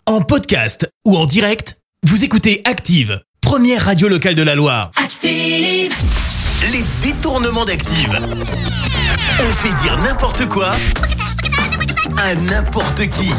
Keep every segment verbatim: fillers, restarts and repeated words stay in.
En podcast ou en direct, vous écoutez Active, première radio locale de la Loire. Active! Les détournements d'Active. On fait dire n'importe quoi à n'importe qui.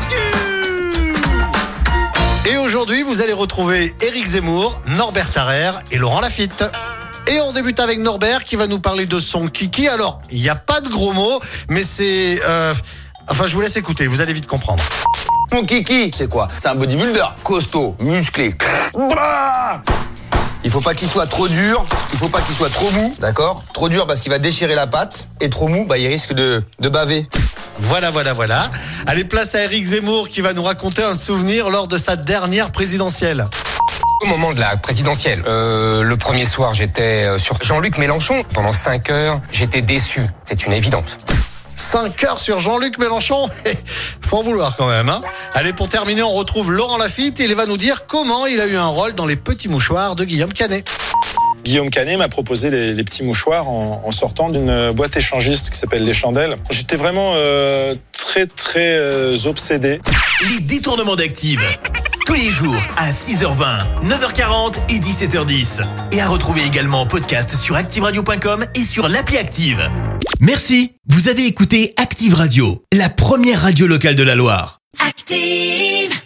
Et aujourd'hui, vous allez retrouver Éric Zemmour, Norbert Tarrer et Laurent Lafitte. Et on débute avec Norbert qui va nous parler de son kiki. Alors, il n'y a pas de gros mots, mais c'est... Euh... Enfin, je vous laisse écouter, vous allez vite comprendre. Mon kiki, c'est quoi? C'est un bodybuilder, costaud, musclé. Il faut pas qu'il soit trop dur, il faut pas qu'il soit trop mou, d'accord? Trop dur parce qu'il va déchirer la pâte, et trop mou, bah il risque de, de baver. Voilà, voilà, voilà. Allez, place à Éric Zemmour qui va nous raconter un souvenir lors de sa dernière présidentielle. Au moment de la présidentielle, euh, le premier soir, j'étais sur Jean-Luc Mélenchon. Pendant cinq heures, j'étais déçu. C'est une évidence. cinq heures sur Jean-Luc Mélenchon. Faut en vouloir quand même, hein. Allez, pour terminer, on retrouve Laurent Lafitte et il va nous dire comment il a eu un rôle dans Les Petits Mouchoirs de Guillaume Canet. Guillaume Canet m'a proposé les, les petits mouchoirs en, en sortant d'une boîte échangiste qui s'appelle Les Chandelles. J'étais vraiment euh, très très euh, obsédé. Les détournements d'Active. Tous les jours à six heures vingt, neuf heures quarante et dix-sept heures dix. Et à retrouver également en podcast sur active radio point com et sur l'appli Active. Merci, vous avez écouté Active Radio, la première radio locale de la Loire. Active!